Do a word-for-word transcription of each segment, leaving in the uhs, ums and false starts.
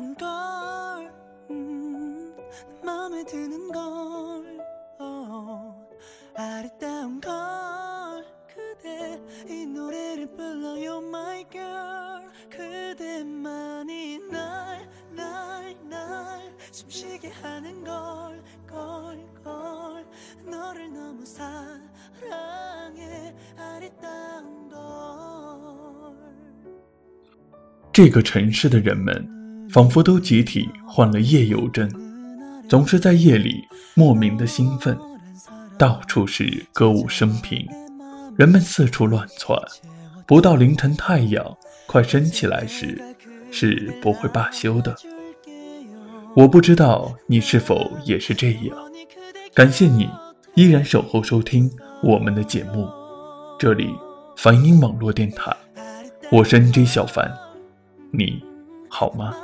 아름다운 걸 음, 마음에 드는 걸 oh, 아름다운 걸 그대 이 노래를 불러요 my girl 그대만이 날 날 날 숨쉬게 하는 걸 걸 걸 너를 너무 사랑해 아름다운 걸 这个城市的人们仿佛都集体患了夜游症，总是在夜里莫名的兴奋，到处是歌舞升平，人们四处乱窜，不到凌晨太阳快升起来时是不会罢休的。我不知道你是否也是这样，感谢你依然守候收听我们的节目，这里梵音网络电台，我是 N J 小凡，你好吗？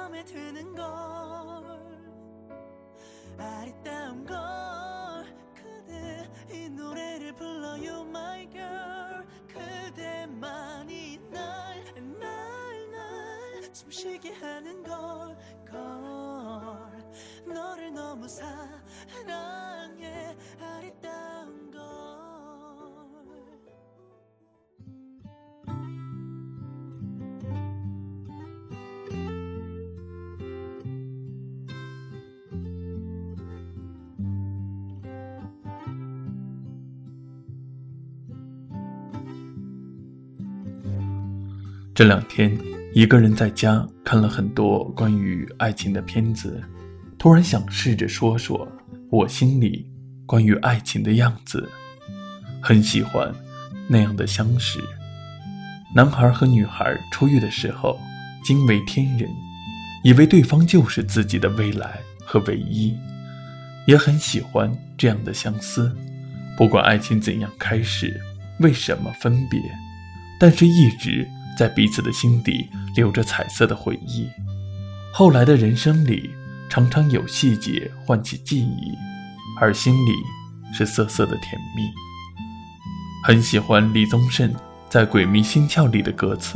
这两天一个人在家看了很多关于爱情的片子，突然想试着说说我心里关于爱情的样子。很喜欢那样的相识，男孩和女孩初遇的时候惊为天人，以为对方就是自己的未来和唯一，也很喜欢这样的相思。不管爱情怎样开始，为什么分别，但是一直在彼此的心底留着彩色的回忆。后来的人生里常常有细节唤起记忆，而心里是涩涩的甜蜜。很喜欢李宗盛在《鬼迷心窍》里的歌词，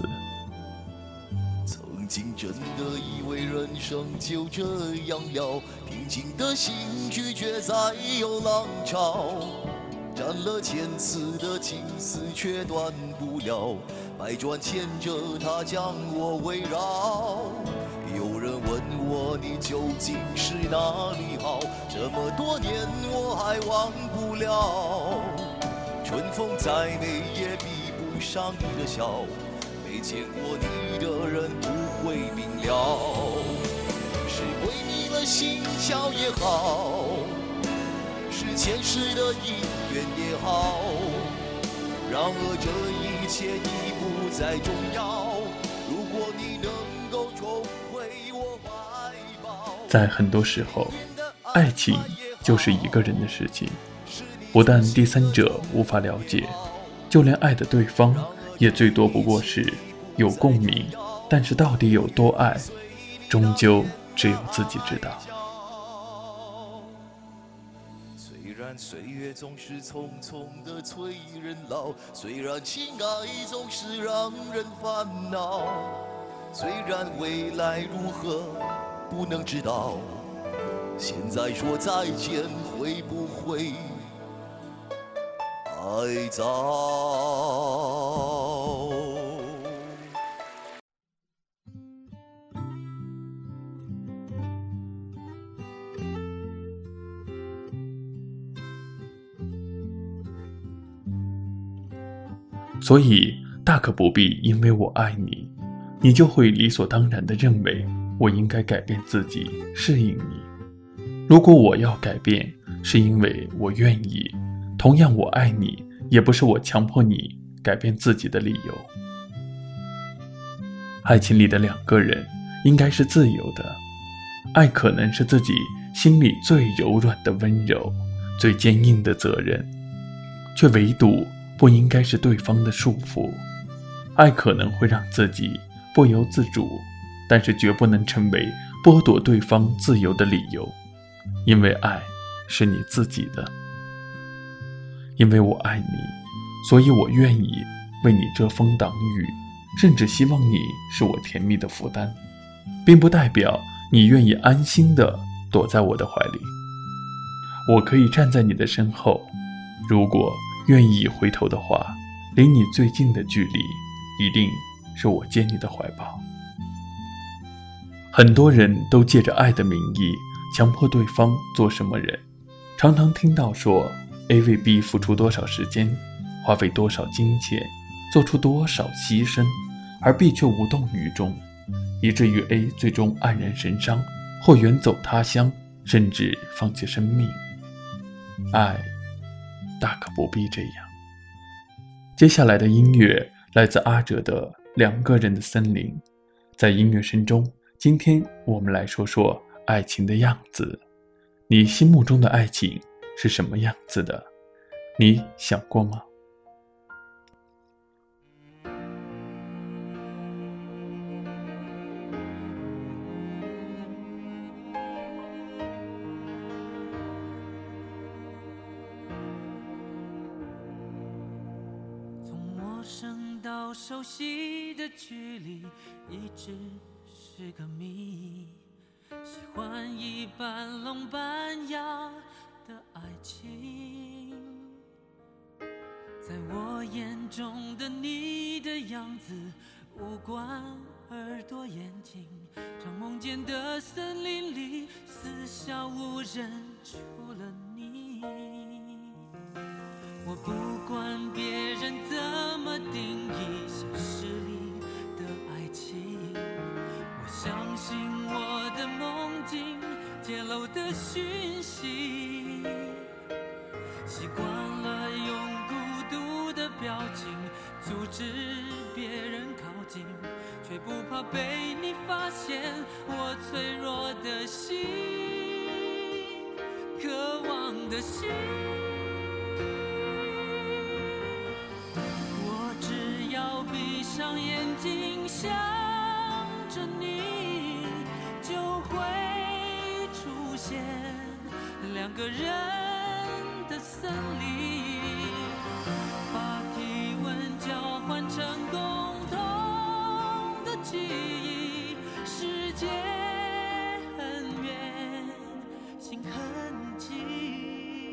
曾经真的以为人生就这样了，平静的心拒绝再有浪潮，斩了千次的情丝却断不了，百转牵着它将我围绕。有人问我你究竟是哪里好，这么多年我还忘不了。春风再美也比不上你的笑，没见过你的人不会明了。是鬼迷了心窍也好，是前世的姻缘也好，然而这一切已不再重要。如果你能够重回我怀抱。 在很多时候，爱情就是一个人的事情，不但第三者无法了解，就连爱的对方也最多不过是有共鸣，但是到底有多爱，终究只有自己知道。 虽然岁月总是匆匆地催人老，虽然情爱总是让人烦恼，虽然未来如何不能知道，现在说再见会不会太早？ 所以大可不必因为我爱你，你就会理所当然地认为我应该改变自己，适应你。如果我要改变，是因为我愿意，同样我爱你，也不是我强迫你改变自己的理由。爱情里的两个人应该是自由的，爱可能是自己心里最柔软的温柔，最坚硬的责任，却唯独不应该是对方的束缚。爱可能会让自己不由自主，但是绝不能成为剥夺对方自由的理由，因为爱是你自己的。因为我爱你，所以我愿意为你遮风挡雨，甚至希望你是我甜蜜的负担，并不代表你愿意安心地躲在我的怀里。我可以站在你的身后，如果愿意回头的话，离你最近的距离一定是我接你的怀抱。很多人都借着爱的名义强迫对方做什么人，常常听到说 A 为 B 付出多少时间，花费多少金钱，做出多少牺牲，而 B 却无动于衷，以至于 A 最终黯然神伤，或远走他乡，甚至放弃生命。爱大可不必这样。接下来的音乐来自阿哲的《两个人的森林》。在音乐声中，今天我们来说说爱情的样子。你心目中的爱情是什么样子的？你想过吗？ 陌生到熟悉的距离，一直是个谜。喜欢一半聋半哑的爱情，在我眼中的你的样子，五官、耳朵、眼睛，trong梦间的森林里，四下无人，除了你。我不管别人怎么定义现实里的爱情，我相信我的梦境揭露的讯息，习惯了用孤独的表情阻止别人靠近，却不怕被你发现我脆弱的心，渴望的心。闭上眼睛想着你，就会出现两个人的森林，把体温交换成共同的记忆，世界很远，心很近。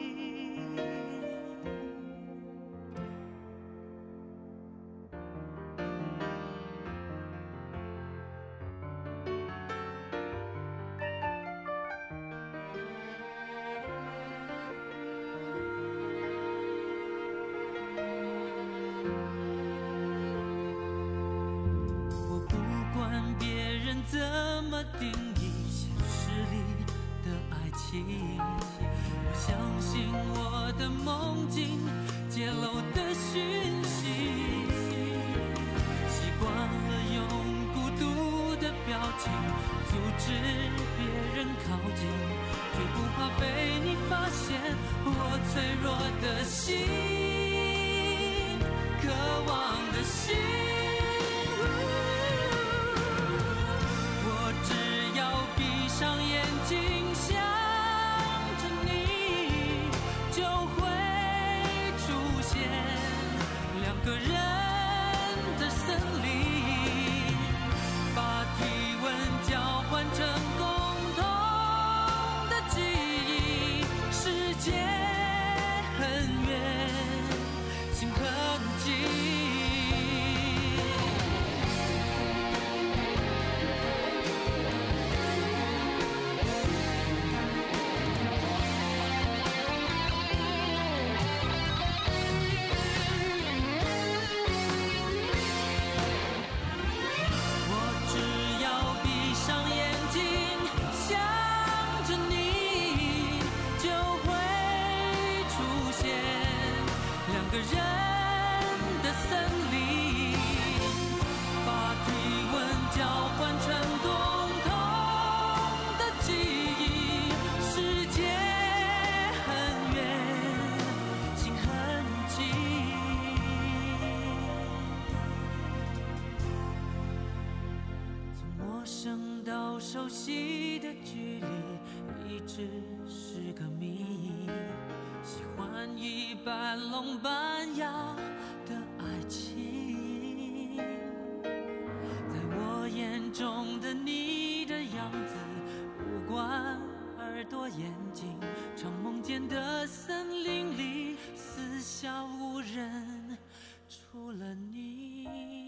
怎么定义现实里的爱情？我相信我的梦境揭露的讯息，习惯了用孤独的表情阻止别人靠近，却不怕被你发现我脆弱的心，渴望的心。闭上眼睛想着你，就会出现两个人的森林，把体温交换成共同的记忆，世界很远，心很近。两个人的森林，把体温交换成共同的记忆，世界很远，心很近。从陌生到熟悉的距离，一直是个谜。喜欢一半聋半哑的爱情，在我眼中的你的样子， 的森林里，四下无人，除了你。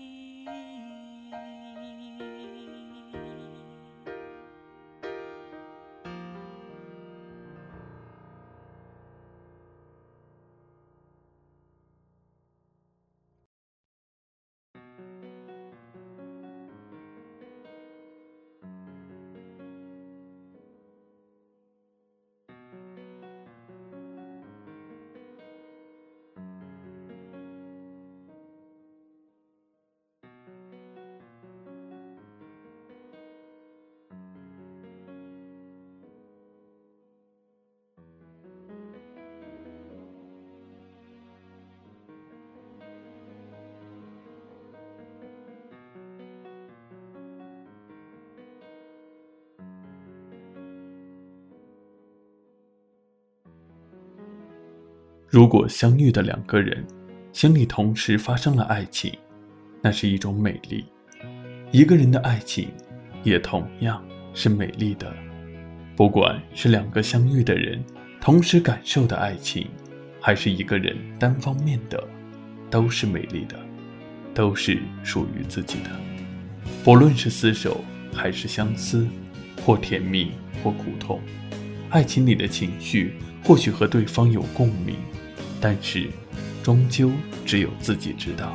如果相遇的两个人心里同时发生了爱情，那是一种美丽。一个人的爱情也同样是美丽的，不管是两个相遇的人同时感受的爱情，还是一个人单方面的，都是美丽的，都是属于自己的。不论是厮守还是相思，或甜蜜或苦痛，爱情里的情绪或许和对方有共鸣，但是终究只有自己知道。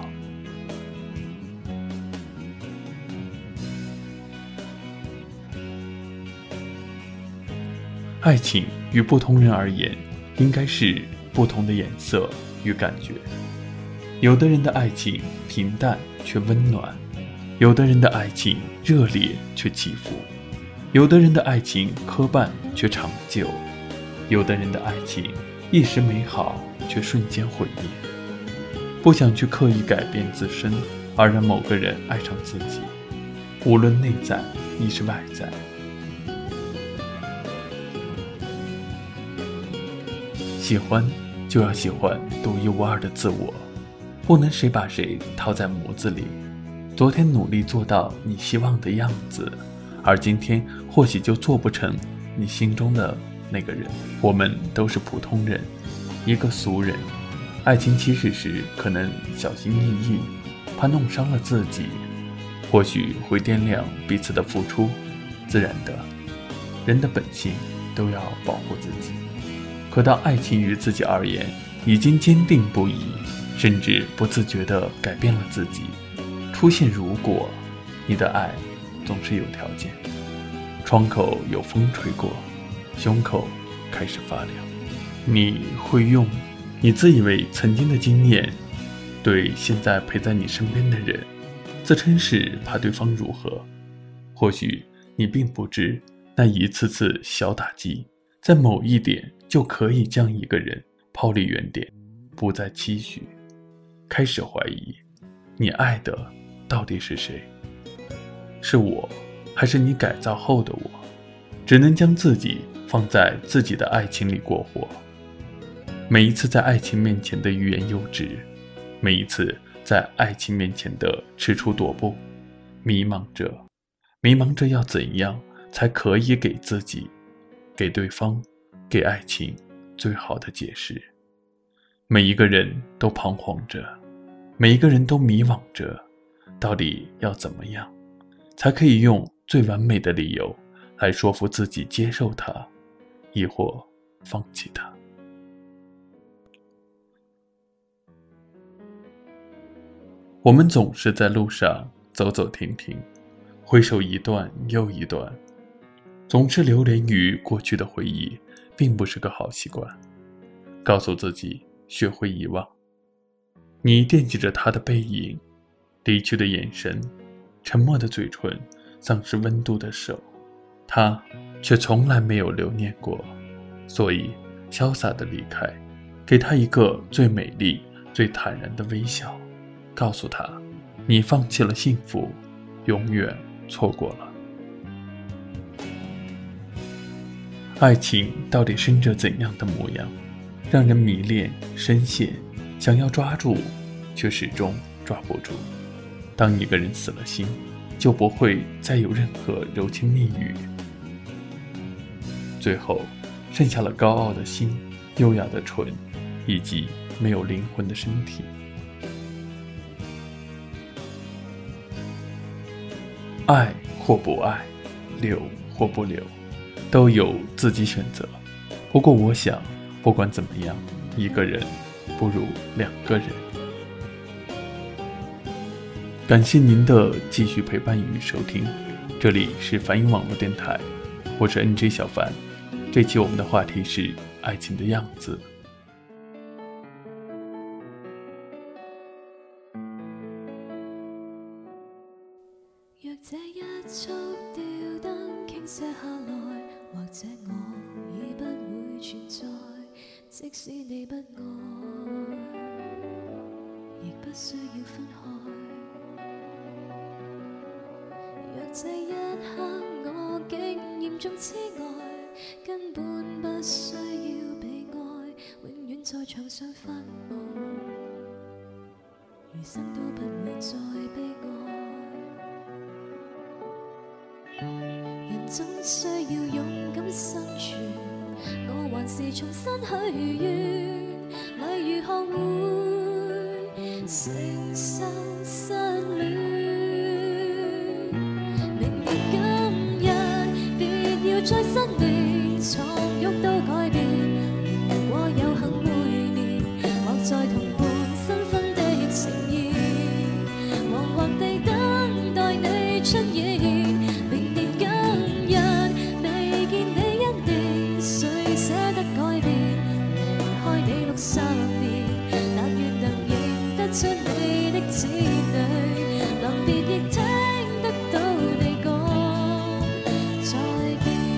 爱情于不同人而言，应该是不同的颜色与感觉。有的人的爱情平淡却温暖，有的人的爱情热烈却起伏，有的人的爱情磕绊却长久，有的人的爱情一时美好却瞬间毁灭。不想去刻意改变自身，而让某个人爱上自己，无论内在亦是外在。喜欢就要喜欢独一无二的自我，不能谁把谁套在模子里。昨天努力做到你希望的样子，而今天或许就做不成你心中的那个人。我们都是普通人，一个俗人。爱情起始时可能小心翼翼，怕弄伤了自己，或许会掂量彼此的付出。自然的，人的本性都要保护自己。可当爱情于自己而言已经坚定不移，甚至不自觉地改变了自己，出现如果，你的爱总是有条件。窗口有风吹过，胸口开始发凉。你会用你自以为曾经的经验，对现在陪在你身边的人自称是怕对方如何。或许你并不知，那一次次小打击在某一点就可以将一个人抛离原点，不再期许，开始怀疑你爱的到底是谁？是我，还是你改造后的我？只能将自己放在自己的爱情里过活。每一次在爱情面前的欲言又止，每一次在爱情面前的踟蹰踱步，迷茫着迷茫着要怎样才可以给自己，给对方，给爱情最好的解释。每一个人都彷徨着，每一个人都迷惘着，到底要怎么样才可以用最完美的理由来说服自己接受它，亦或放弃它。我们总是在路上走走停停，回首一段又一段，总是流连于过去的回忆，并不是个好习惯。告诉自己学会遗忘。你惦记着他的背影，离去的眼神，沉默的嘴唇，丧失温度的手，他却从来没有留念过，所以潇洒的离开，给他一个最美丽最坦然的微笑，告诉他你放弃了幸福，永远错过了。爱情到底生着怎样的模样，让人迷恋深陷，想要抓住却始终抓不住。当一个人死了心，就不会再有任何柔情蜜语，最后剩下了高傲的心优雅的唇，以及没有灵魂的身体。爱或不爱，留或不留，都有自己选择。不过我想，不管怎么样，一个人不如两个人。感谢您的继续陪伴与收听，这里是梵音网络电台，我是 N J 小凡。这期我们的话题是爱情的样子。 若这一束吊燈傾瀉下來，或者我已不會存在，即使你不愛，亦不需要分開。若這一刻我竟嚴重痴呆，根本不需要被愛，永遠在床上發夢，餘生都不會再悲哀。人總需要勇敢生存，我還是重新許願，例如學會承受失戀。明年今日別要再失戀，床褥都改變。如果有幸每年或在同伴新婚的盛宴，惶惑地等待你出現。十年，但願能認得出你的子女，臨別亦聽得到你講再見。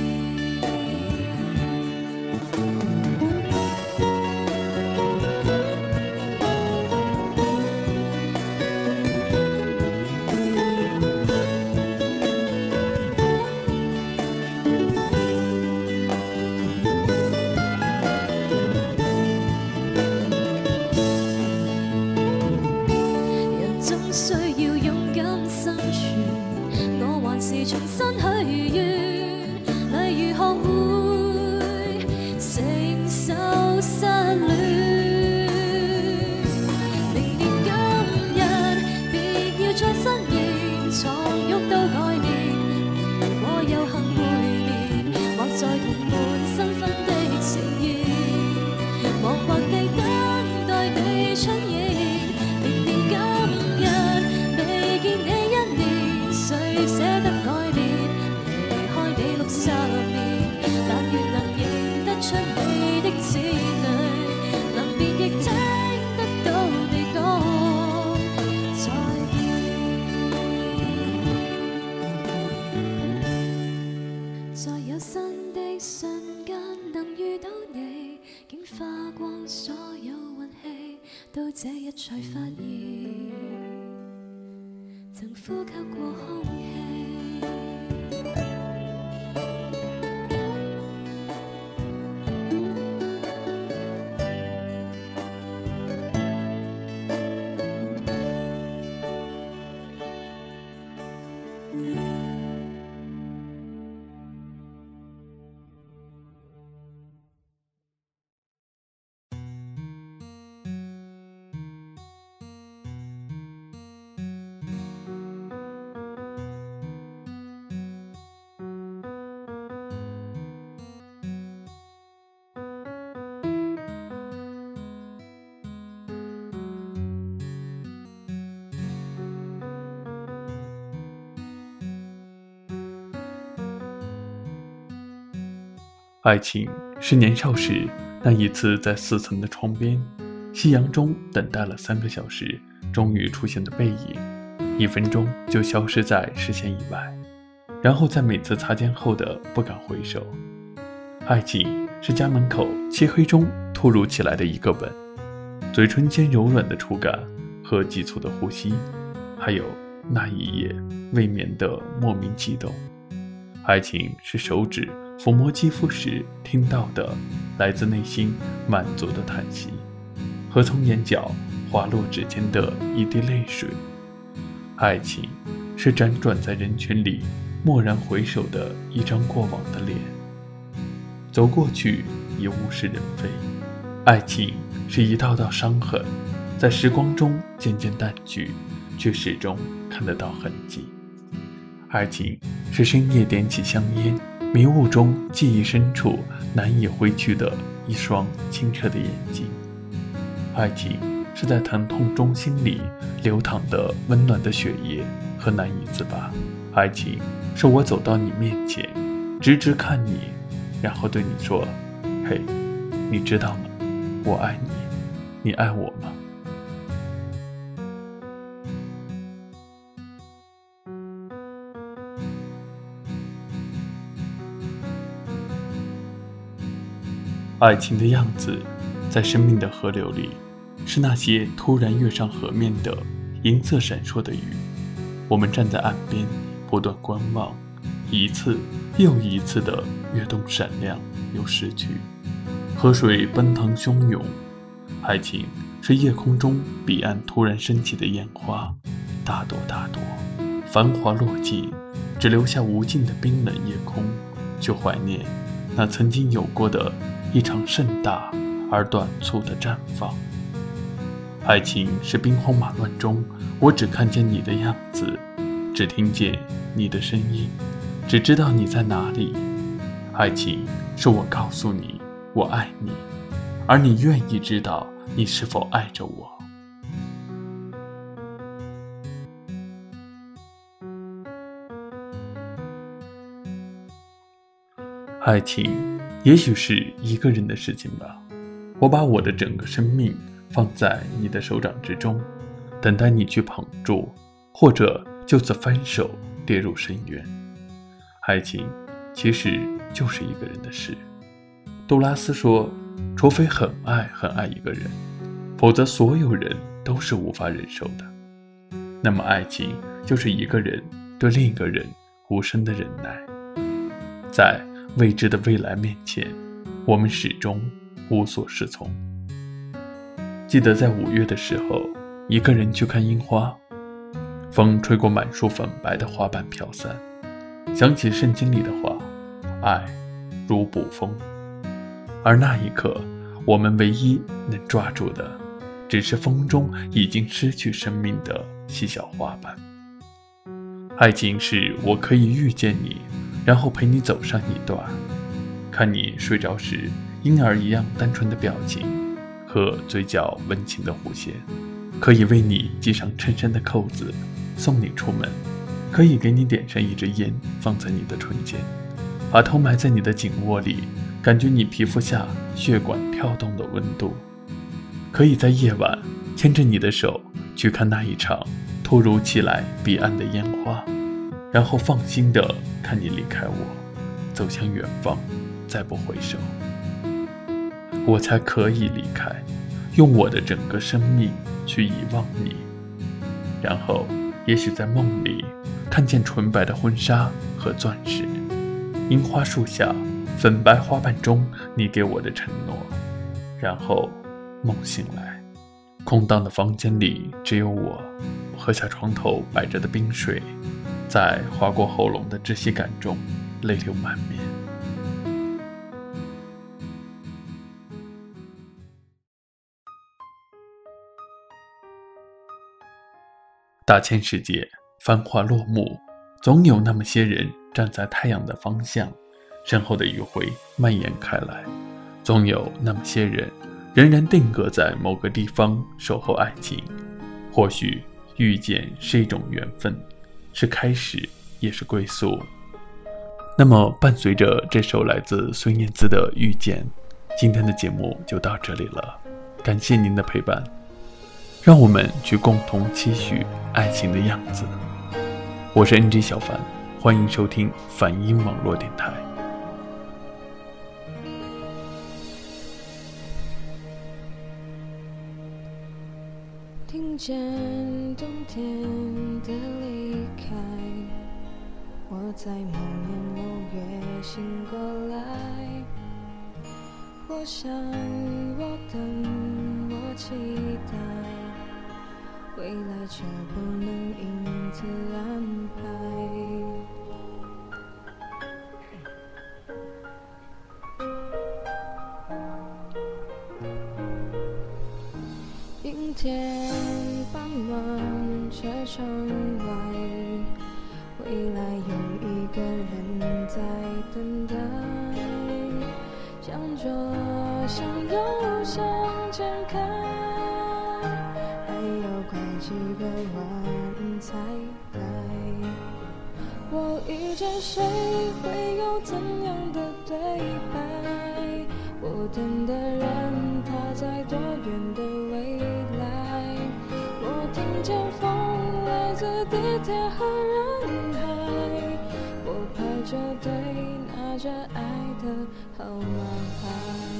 需要勇敢生存，我還是重新許願，例如學會承受失戀。明年今日別要再失言，床褥都改變。如果有幸會面，或在同伴新婚的盛宴，惶惑地等待你出現。到這日才發現，曾呼吸過空氣。 爱情是年少时那一次在四层的窗边，夕阳中等待了三个小时，终于出现的背影，一分钟就消失在视线以外，然后在每次擦肩后的不敢回首。爱情是家门口漆黑中突如其来的一个吻，嘴唇间柔软的触感和急促的呼吸，还有那一夜未眠的莫名悸动。爱情是手指抚摸肌肤时听到的来自内心满足的叹息，和从眼角滑落指尖的一滴泪水。爱情是辗转在人群里蓦然回首的一张过往的脸，走过去已物是人非， 爱情是一道道伤痕，在时光中渐渐淡去，却始终看得到痕迹。爱情是深夜点起香烟，迷雾中记忆深处难以挥去的一双清澈的眼睛。爱情是在疼痛中心里流淌的温暖的血液和难以自拔。爱情是我走到你面前，直直看你，然后对你说，嘿，你知道吗？我爱你，你爱我吗？爱情的样子，在生命的河流里，是那些突然跃上河面的银色闪烁的鱼。我们站在岸边，不断观望，一次又一次的跃动闪亮又逝去。河水奔腾汹涌，爱情是夜空中彼岸突然升起的烟花，大朵大朵，繁华落尽，只留下无尽的冰冷夜空，却怀念那曾经有过的一场盛大而短促的绽放。爱情是兵荒马乱中，我只看见你的样子，只听见你的声音，只知道你在哪里。爱情是我告诉你我爱你，而你愿意知道你是否爱着我。爱情也许是一个人的事情吧，我把我的整个生命放在你的手掌之中，等待你去捧住，或者就此分手，跌入深渊。爱情其实就是一个人的事。杜拉斯说，除非很爱很爱一个人，否则所有人都是无法忍受的。那么爱情就是一个人对另一个人无声的忍耐，在未知的未来面前，我们始终无所适从。记得在五月的时候，一个人去看樱花，风吹过满树粉白的花瓣飘散，想起圣经里的话，爱如捕风。而那一刻，我们唯一能抓住的，只是风中已经失去生命的细小花瓣。爱情是我可以遇见你，然后陪你走上一段，看你睡着时婴儿一样单纯的表情和嘴角温情的弧线，可以为你系上衬衫的扣子，送你出门，可以给你点上一支烟，放在你的唇间，把头埋在你的颈窝里，感觉你皮肤下血管跳动的温度，可以在夜晚牵着你的手去看那一场突如其来彼岸的烟花，然后放心地看你离开我，走向远方，再不回首。我才可以离开，用我的整个生命去遗忘你，然后也许在梦里看见纯白的婚纱和钻石，樱花树下粉白花瓣中你给我的承诺，然后梦醒来，空荡的房间里只有我，喝下床头摆着的冰水，在划过喉咙的窒息感中泪流满面。大千世界，繁华落幕，总有那么些人站在太阳的方向，身后的余晖蔓延开来，总有那么些人仍然定格在某个地方守候爱情。或许遇见是一种缘分，是开始也是归宿。那么伴随着这首来自孙燕姿的遇见，今天的节目就到这里了，感谢您的陪伴，让我们去共同期许爱情的样子。我是 N G 小凡，欢迎收听反音网络电台。 听见冬天的离开，我在某年某月醒过来，我想我等我期待，未来却不能因此安排。 天傍晚，车窗外，未来有一个人在等待，向左向右向前看，还要拐几个弯才来。我遇见谁会有怎样的对白？我等的人他在多远的未来？我听见风来自地铁和人海，我排着队拿着爱的号码牌。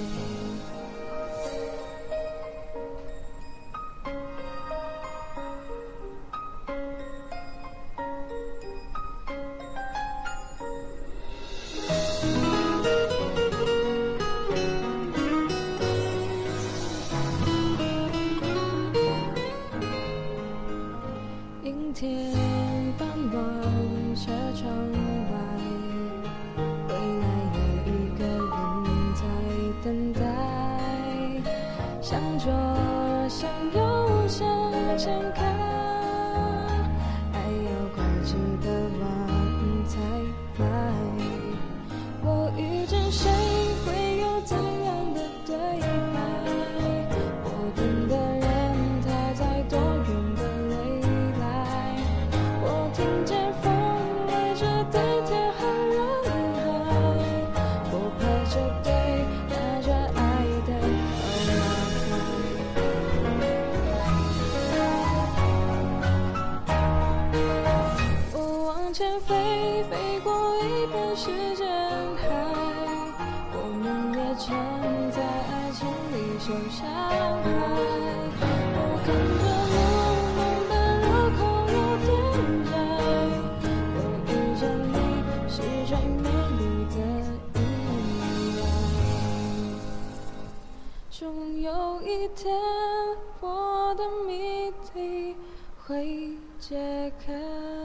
阴天傍晚，车窗外，未来有一个人在等待，向左向右向前看，还要拐几个弯才来。我遇见谁会有怎样的对白？我等的人他在多远的未来？我听见风来自地铁和人海，我排着队拿着爱的号码牌。我往前飞，飞过一片时间海，我们也曾在爱情里受伤害。我看着朦胧的路口有点窄，我遇见你是最美丽的意外。终有一天，我的谜底会解开。